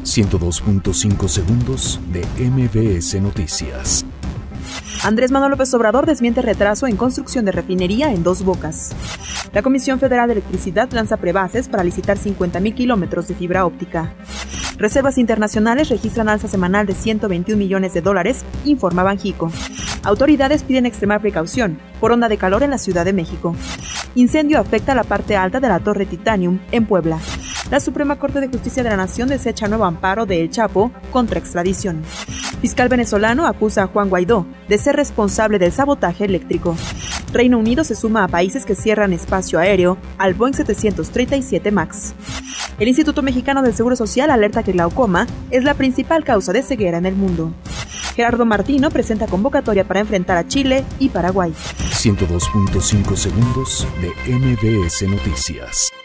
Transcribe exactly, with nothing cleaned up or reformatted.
ciento dos punto cinco segundos de M B S Noticias. Andrés Manuel López Obrador desmiente retraso en construcción de refinería en Dos Bocas. La Comisión Federal de Electricidad lanza prebases para licitar cincuenta mil kilómetros de fibra óptica. Reservas internacionales registran alza semanal de ciento veintiún millones de dólares, informa Banxico. Autoridades piden extremar precaución por onda de calor en la Ciudad de México. Incendio afecta a la parte alta de la Torre Titanium en Puebla. La Suprema Corte de Justicia de la Nación desecha nuevo amparo de El Chapo contra extradición. Fiscal venezolano acusa a Juan Guaidó de ser responsable del sabotaje eléctrico. Reino Unido se suma a países que cierran espacio aéreo al Boeing setecientos treinta y siete MAX. El Instituto Mexicano del Seguro Social alerta que el glaucoma es la principal causa de ceguera en el mundo. Gerardo Martino presenta convocatoria para enfrentar a Chile y Paraguay. ciento dos punto cinco segundos de M B S Noticias.